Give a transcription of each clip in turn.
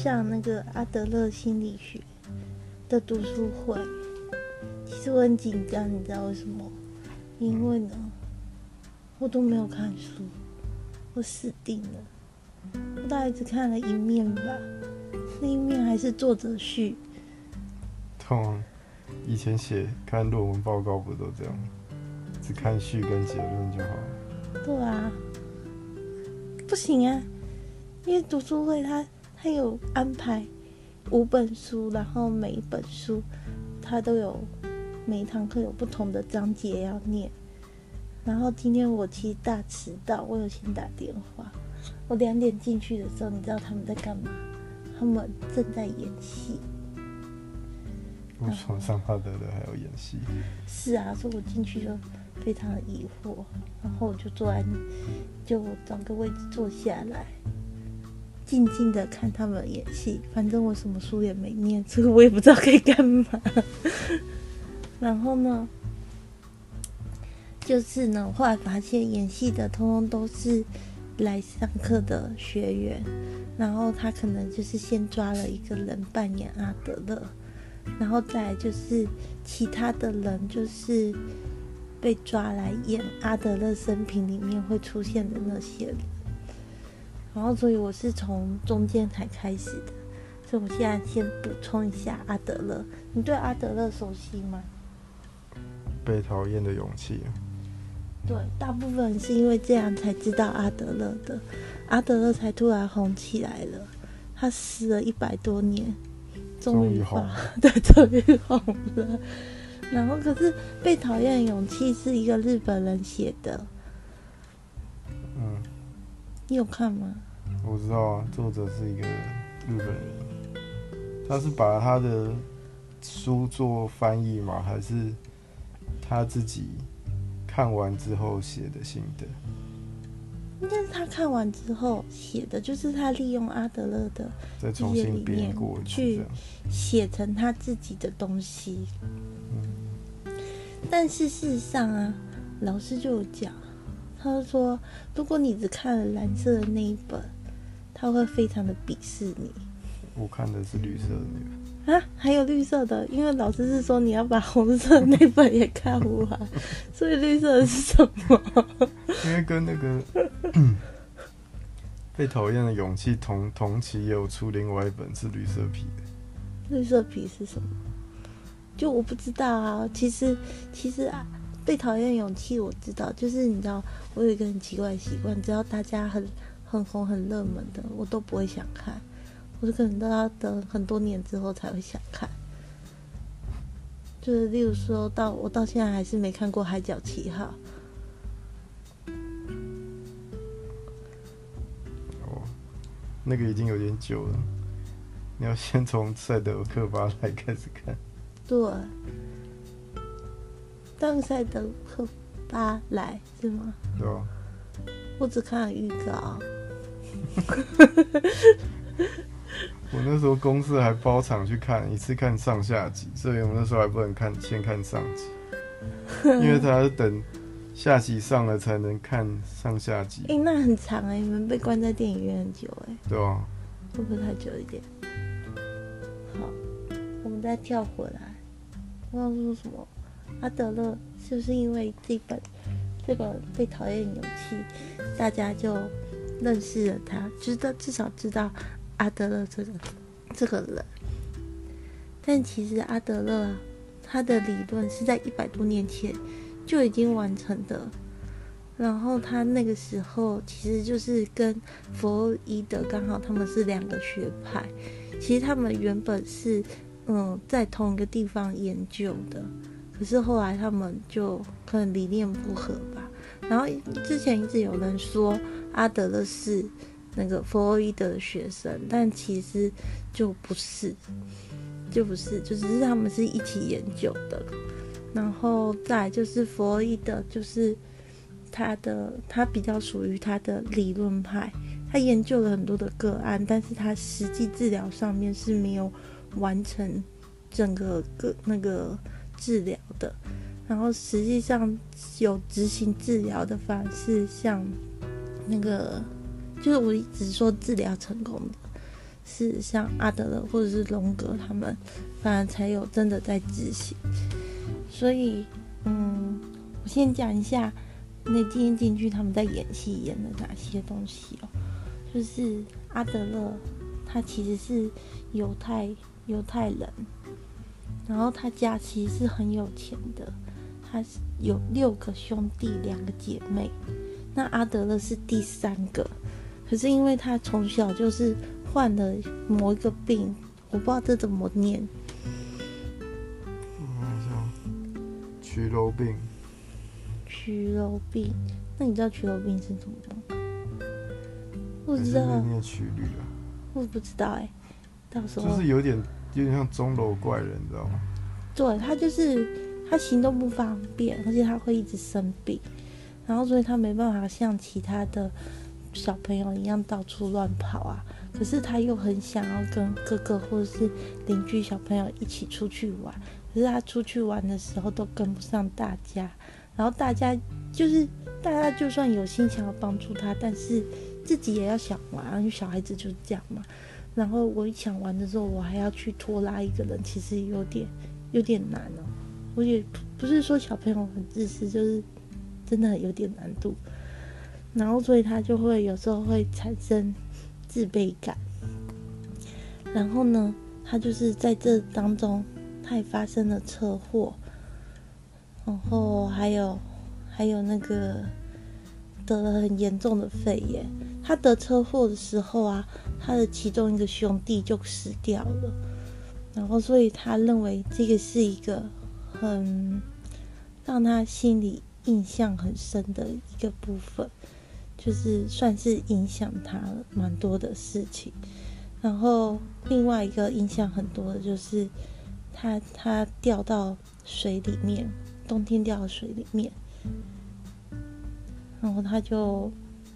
上那个阿德勒心理学的读书会，其实我很紧张，你知道为什么？因为呢，我都没有看书，我死定了。我大概只看了一面吧，那一面还是作者序。 通常以前看论文报告不都这样，只看序跟结论就好了。 对啊，不行啊，因为读书会它有安排5本书，然后每一本书它都有每一堂课有不同的章节要念。然后今天我其实大迟到，我有先打电话。我2点进去的时候，你知道他们在干嘛？他们正在演戏。 为什么上阿德勒还要演戏？ 是啊，所以我进去就非常的疑惑，然后我就坐在那，就找个位置坐下来，静静的看他们演戏。反正我什么书也没念，这个我也不知道可以干嘛。然后呢，就是呢，后来发现演戏的通通都是来上课的学员，然后他可能就是先抓了一个人扮演阿德勒，然后再来就是其他的人就是被抓来演阿德勒生平里面会出现的那些人，然后所以我是从中间才开始的，所以我现在先补充一下阿德勒。你对阿德勒熟悉吗？ 被讨厌的勇气。 对，大部分人是因为这样才知道阿德勒的，阿德勒才突然红起来了。他死了100多年，终于红了，对，终于红了。然后可是《被讨厌的勇气》是一个日本人写的，你有看吗？ 我知道啊，作者是一个日本人，他是把他的书做翻译吗？还是他自己看完之后写的心得？ 应该是他看完之后写的，就是他利用阿德勒的再重新编过去写成他自己的东西。但是事实上啊，老师就有讲，他就说，如果你只看了蓝色的那一本，他会非常的鄙视你。 我看的是绿色的那个。 啊，还有绿色的，因为老师是说你要把红色的那本也看完，所以绿色的是什么？ 因为跟那个被讨厌的勇气同期也有出另外一本是绿色皮的。 绿色皮是什么？就我不知道啊。其实啊，被讨厌的勇气我知道，就是你知道，我有一个很奇怪的习惯，只要大家很红很热门的，我都不会想看。我可能都要等很多年之后才会想看，就是例如说我到现在还是没看过《海角七号》。 哦，那个已经有点久了，你要先从赛德克巴莱开始看。 对，当赛德克巴莱是吗？ 对啊。 我只看了预告。 我那时候公司还包场去看，一次看上下集，所以我那时候还不能先看上集，因为他要等下集上了才能看上下集。 那很长你们被关在电影院很久对啊。 会不会太久一点？好，我们再跳回来，我要说什么？阿德勒是不是因为这个被讨厌的勇气，大家就认识了他，至少知道阿德勒这个人。但其实阿德勒啊，他的理论是在100多年前就已经完成的。然后他那个时候其实就是跟弗洛伊德刚好他们是2个学派，其实他们原本是在同一个地方研究的，可是后来他们就可能理念不合吧。然后之前一直有人说阿德勒是那个弗洛伊德的学生，但其实就不是，就只是他们是一起研究的。然后再来就是弗洛伊德，就是他比较属于他的理论派，他研究了很多的个案，但是他实际治疗上面是没有完成整个那个治疗的。然后实际上有执行治疗的方式，像那个就是我一直说治疗成功的， 事实上阿德勒或者是荣格他们反而才有真的在执行。所以我先讲一下那今天进去他们在演戏演的哪些东西哦。就是阿德勒他其实是犹太人，然后他家其实是很有钱的，他有6个兄弟2个姐妹，那阿德勒是第3个，可是因为他从小就是患了某一个病，我不知道这怎么念， 曲楼病。 曲楼病，那你知道曲楼病是什么吗？我不知道， 念曲率啊， 我不知道到时候就是有点像钟楼怪人，你知道吗？ 对，他就是他行动不方便，而且他会一直生病，然后所以他没办法像其他的小朋友一样到处乱跑啊。可是他又很想要跟哥哥或者是邻居小朋友一起出去玩，可是他出去玩的时候都跟不上大家，然后大家就算有心想要帮助他，但是自己也要想玩，因为小孩子就是这样嘛。然后我想玩的时候，我还要去拖拉一个人，其实有点难哦。我也不是说小朋友很自私，就是真的有点难度。然后所以他就会有时候会产生自卑感。然后呢，他就是在这当中，他也发生了车祸，然后还有那个得了很严重的肺炎。他得车祸的时候啊，他的其中一个兄弟就死掉了，然后所以他认为这个是一个很让他心里印象很深的一个部分，就是算是影响他了蛮多的事情。然后另外一个影响很多的就是他掉到水里面，冬天掉到水里面，然后他就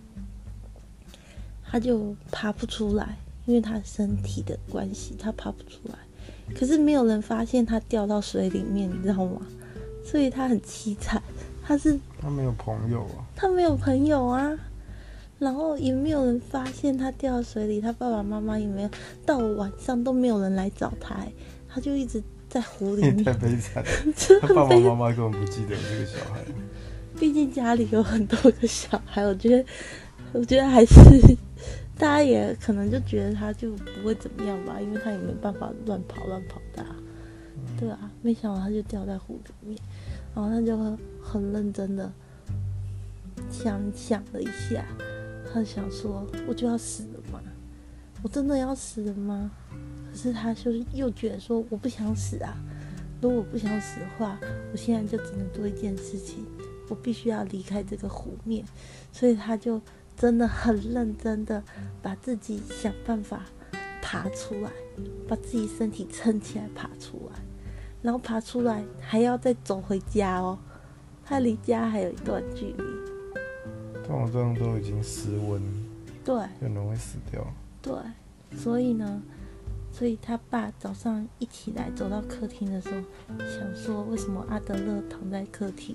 爬不出来，因为他身体的关系他爬不出来。可是没有人发现他掉到水里面，你知道吗？所以他很凄惨，他没有朋友啊， 他没有朋友啊，然后也没有人发现他掉到水里，他爸爸妈妈也没有，到晚上都没有人来找他，他就一直在湖里面。 太悲惨了，他爸爸妈妈根本不记得这个小孩。 毕竟家里有很多个小孩，我觉得还是大家也可能就觉得他就不会怎么样吧，因为他也没办法乱跑的对啊，没想到他就掉在湖里面，然后他就很认真的想了一下，他想说我就要死了吗？我真的要死了吗？可是他就又觉得说我不想死啊，如果我不想死的话，我现在就只能做一件事情，我必须要离开这个湖面。所以他就真的很认真的把自己想办法爬出来，把自己身体撑起来爬出来，然后爬出来还要再走回家哦，他离家还有一段距离。 通常这样都已经失温， 对， 很容易死掉。 对，所以他爸早上一起来走到客厅的时候，想说为什么阿德勒躺在客厅，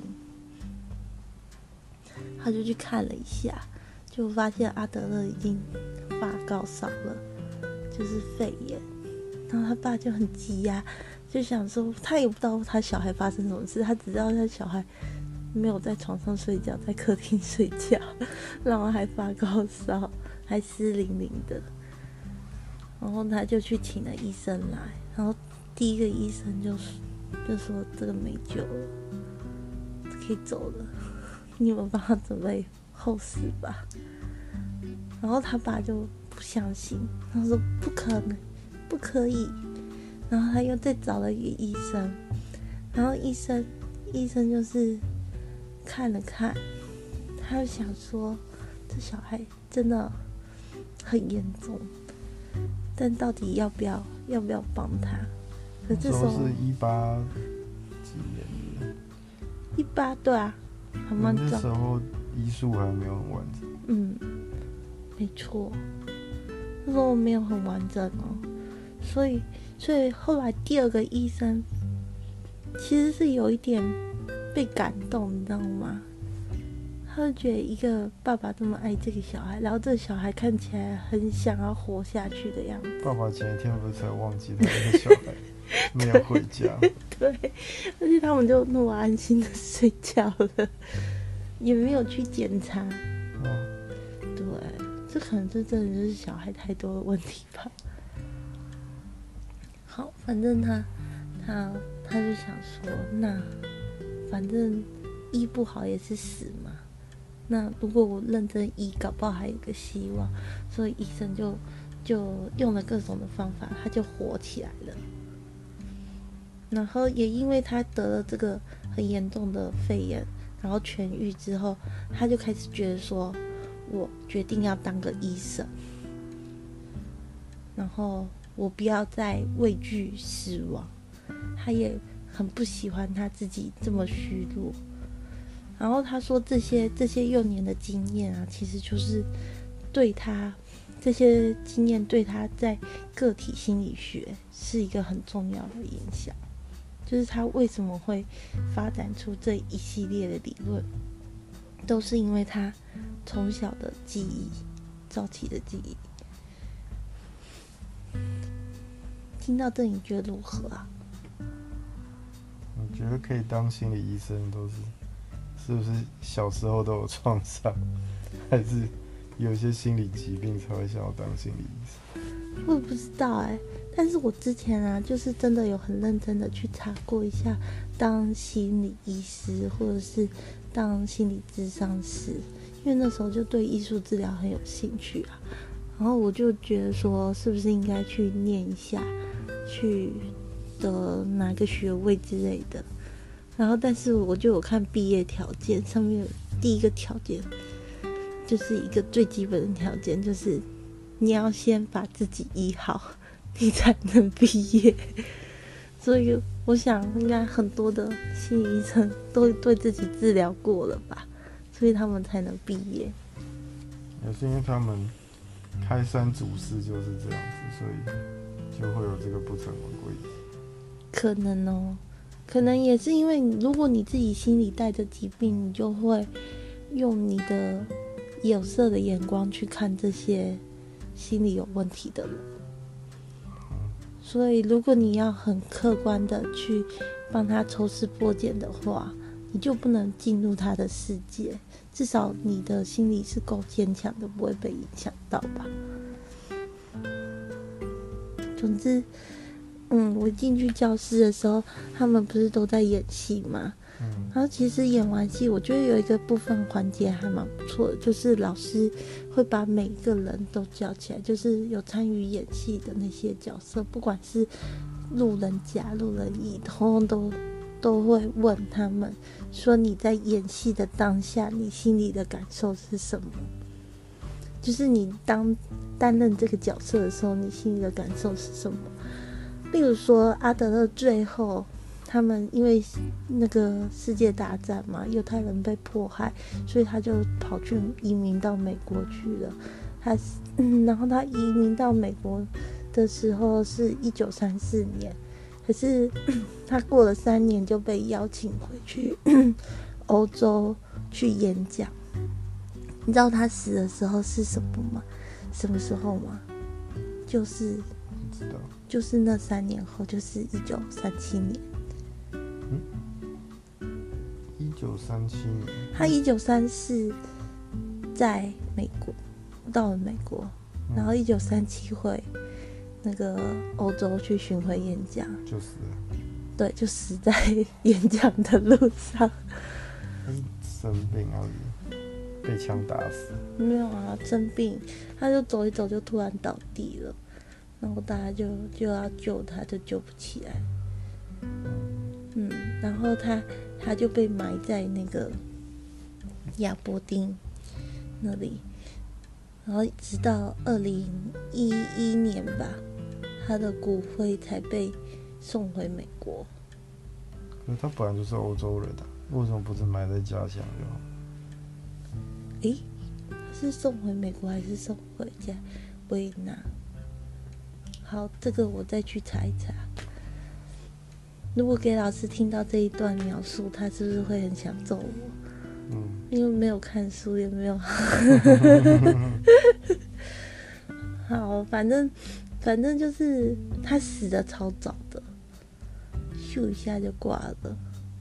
他就去看了一下，就发现阿德勒已经发高烧了，就是肺炎。然后他爸就很急呀，就想说他也不知道他小孩发生什么事，他只知道他小孩没有在床上睡觉，在客厅睡觉，然后还发高烧，还湿淋淋的。然后他就去请了医生来，然后第一个医生就说这个没救了，可以走了，你有没有帮他准备后事吧？然后他爸就不相信，他说不可能，不可以。然后他又再找了一个医生，然后医生就是看了看，他就想说这小孩真的很严重，但到底要不要帮他？可这时候是18几年的 ，18对啊，很慢那时候医术还没有很完整。 没错，那时候没有很完整哦，所以后来第二个医生其实是有一点被感动，你知道吗？ 他就觉得一个爸爸这么爱这个小孩，然后这个小孩看起来很想要活下去的样子。 爸爸前一天不是才忘记他那个小孩没有回家？ 对，而且他们就那么安心的睡觉了，也没有去检查。对，这可能这真的就是小孩太多的问题吧。好，反正他就想说，那反正医不好也是死嘛。那如果我认真医，搞不好还有个希望。所以医生就用了各种的方法，他就活起来了。然后也因为他得了这个很严重的肺炎，然后痊愈之后，他就开始觉得说，我决定要当个医生，然后我不要再畏惧死亡。他也很不喜欢他自己这么虚弱。然后他说这些幼年的经验啊，其实就是对他这些经验对他在个体心理学是一个很重要的影响，就是他为什么会发展出这一系列的理论，都是因为他从小的记忆，早期的记忆。听到这你觉得如何啊？ 我觉得可以当心理医生是不是小时候都有创伤，还是有些心理疾病才会想要当心理医生？ 我也不知道但是我之前啊，就是真的有很认真的去查过一下当心理医师或者是当心理咨商师，因为那时候就对艺术治疗很有兴趣啊。然后我就觉得说，是不是应该去念一下，去的哪个学位之类的。然后但是我就有看毕业条件，上面有第一个条件，就是一个最基本的条件，就是你要先把自己医好，你才能毕业。所以我想应该很多的心理医生都对自己治疗过了吧，所以他们才能毕业。 也是因为他们开山祖师就是这样子，所以就会有这个不成文规矩。 可能哦，可能也是因为如果你自己心里带着疾病，你就会用你的有色的眼光去看这些心理有问题的人。所以如果你要很客观的去帮他抽丝剥茧的话，你就不能进入他的世界，至少你的心理是够坚强的，不会被影响到吧。总之我进去教室的时候，他们不是都在演戏吗？然后其实演完戏，我觉得有一个部分环节还蛮不错的，就是老师会把每一个人都叫起来，就是有参与演戏的那些角色，不管是路人甲、路人乙，通通都会问他们说，你在演戏的当下，你心里的感受是什么？就是你担任这个角色的时候，你心里的感受是什么？例如说阿德勒最后他们因为那个世界大战嘛，犹太人被迫害，所以他就跑去移民到美国去了。然后他移民到美国的时候是1934年，可是他过了3年就被邀请回去欧洲去演讲。你知道他死的时候是什么吗？什么时候吗？就是那3年后，就是1937年。 1937年， 他1934在美国到了美国，然后1937回那个欧洲去巡回演讲， 就死了。 对，就死在演讲的路上。 生病还是被枪打死？ 没有啊，生病，他就走一走就突然倒地了，然后大家就要救他，就救不起来。然后他就被埋在那个亚伯丁那里，然后直到2011年吧，他的骨灰才被送回美国。 可是他本来就是欧洲人啊，为什么不是埋在家乡就好？ 是送回美国还是送回家维纳？好，这个我再去查一查。如果给老师听到这一段描述，他是不是会很想揍我？ 因为没有看书，也没有好，反正就是他死的超早的，咻一下就挂了。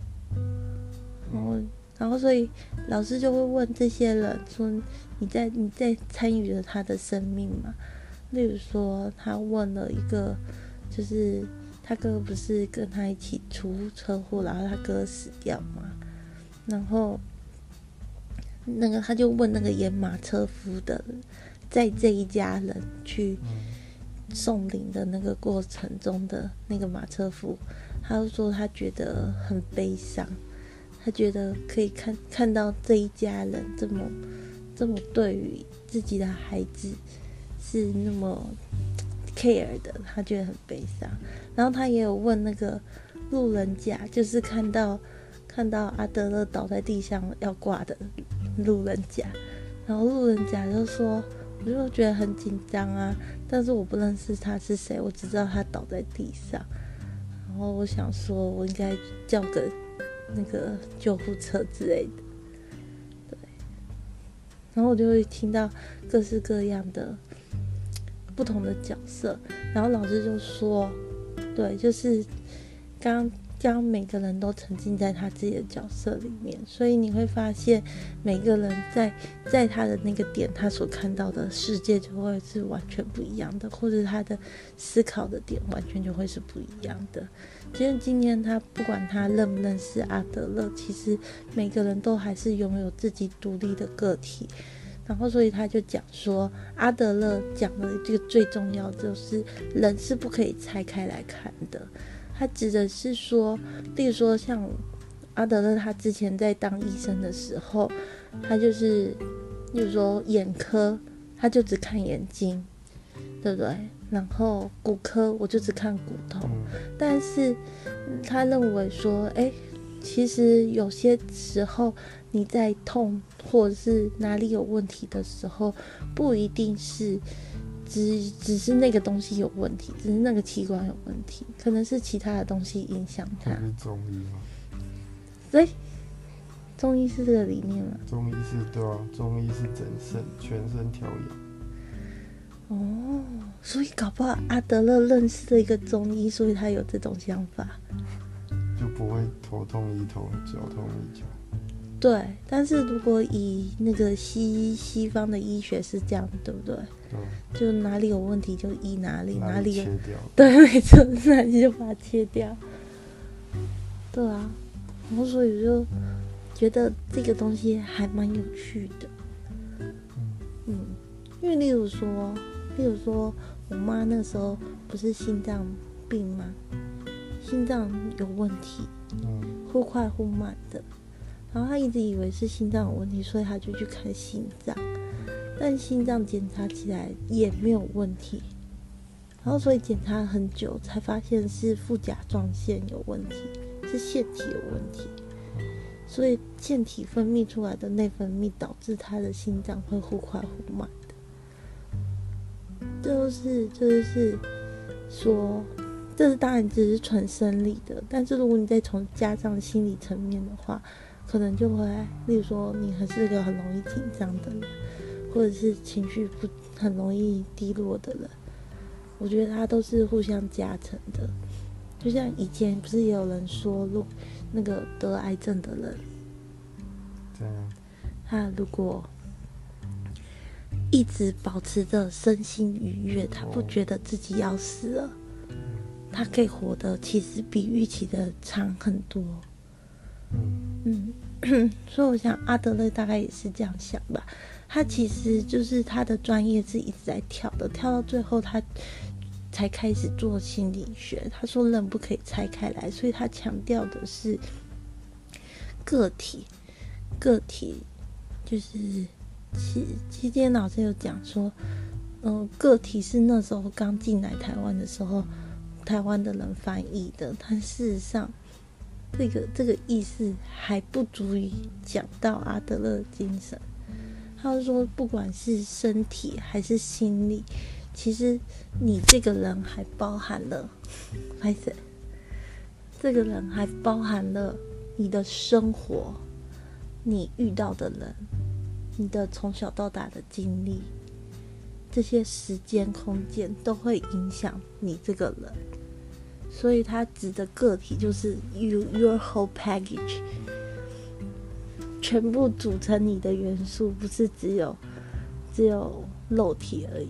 然后所以老师就会问这些人说：“你在参与了他的生命吗？”例如说，他问了一个，就是他哥不是跟他一起出车祸，然后他哥死掉嘛，然后那个他就问那个演马车夫的，在这一家人去送灵的那个过程中的那个马车夫，他就说他觉得很悲伤，他觉得可以看到这一家人这么对于自己的孩子是那么 care 的，他觉得很悲伤。然后他也有问那个路人甲，就是看到阿德勒倒在地上要挂的路人甲，然后路人甲就说：“我就觉得很紧张啊，但是我不认识他是谁，我只知道他倒在地上。然后我想说，我应该叫个那个救护车之类的。”对，然后我就会听到各式各样的不同的角色，然后老师就说：“对，就是刚每个人都沉浸在他自己的角色里面，所以你会发现每个人在他的那个点，他所看到的世界就会是完全不一样的，或者他的思考的点完全就会是不一样的。今天他不管他认不认识阿德勒，其实每个人都还是拥有自己独立的个体。然后所以他就讲说，阿德勒讲的这个最重要就是人是不可以拆开来看的。他指的是说，例如说像阿德勒他之前在当医生的时候，他就是例如说眼科他就只看眼睛，对不对？然后骨科我就只看骨头，但是他认为说，其实有些时候你在痛或者是哪里有问题的时候，不一定是只是那个东西有问题，只是那个器官有问题，可能是其他的东西影响它。 是中医吗？ 对，中医是这个理念吗？ 中医是对啊，中医是整身全身调养。 哦，所以搞不好阿德勒认识了一个中医，所以他有这种想法， 就不会头痛医头，脚痛医脚。 对，但是如果以那个西方的医学是这样，对不对？就哪里有问题就医哪里，哪里有切掉。 对，没错，哪里就把它切掉。对啊，然后所以就觉得这个东西还蛮有趣的。因为例如说我妈那时候不是心脏病吗？心脏有问题，忽快忽慢的。然后他一直以为是心脏有问题，所以他就去看心脏，但心脏检查起来也没有问题，然后所以检查很久才发现是副甲状腺有问题，是腺体有问题，所以腺体分泌出来的内分泌导致他的心脏会忽快忽慢的。就是说，这是当然只是纯生理的，但是如果你再从加上心理层面的话，可能就会，例如说你还是个很容易紧张的人，或者是情绪很容易低落的人，我觉得它都是互相加成的。就像以前不是也有人说，那个得癌症的人，他如果一直保持着身心愉悦，他不觉得自己要死了，他可以活得其实比预期的长很多。所以我想阿德勒大概也是这样想吧。他其实就是他的专业是一直在跳到最后他才开始做心理学。他说人不可以拆开来，所以他强调的是个体就是其实今天老师有讲说，个体是那时候刚进来台湾的时候，台湾的人翻译的，但事实上这个意思还不足以讲到阿德勒的精神。他说不管是身体还是心理，其实你这个人还包含了这个人还包含了你的生活， 你遇到的人，你的从小到大的经历，这些时间空间都会影响你这个人，所以它指的个体就是 your whole package， 全部组成你的元素，不是只有肉体而已。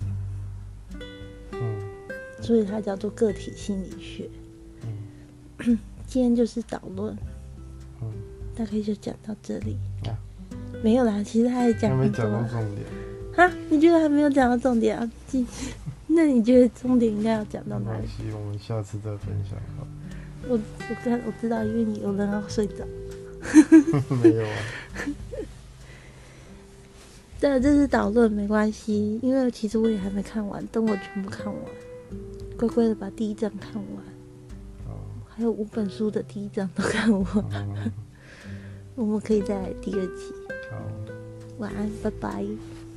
所以它叫做个体心理学。今天就是导论，大概就讲到这里。没有啦，其实他还讲很多。还没讲到重点。哈？你觉得还没有讲到重点啊？那你觉得重点应该要讲到哪里？ 没关系，我们下次再分享好。 我知道，因为你有人要睡着。 没有啊。 对，这是导论，没关系，因为其实我也还没看完，等我全部看完，乖乖的把第一章看完，还有5本书的第一章都看完，我们可以再来第2集。 好， 晚安，拜拜。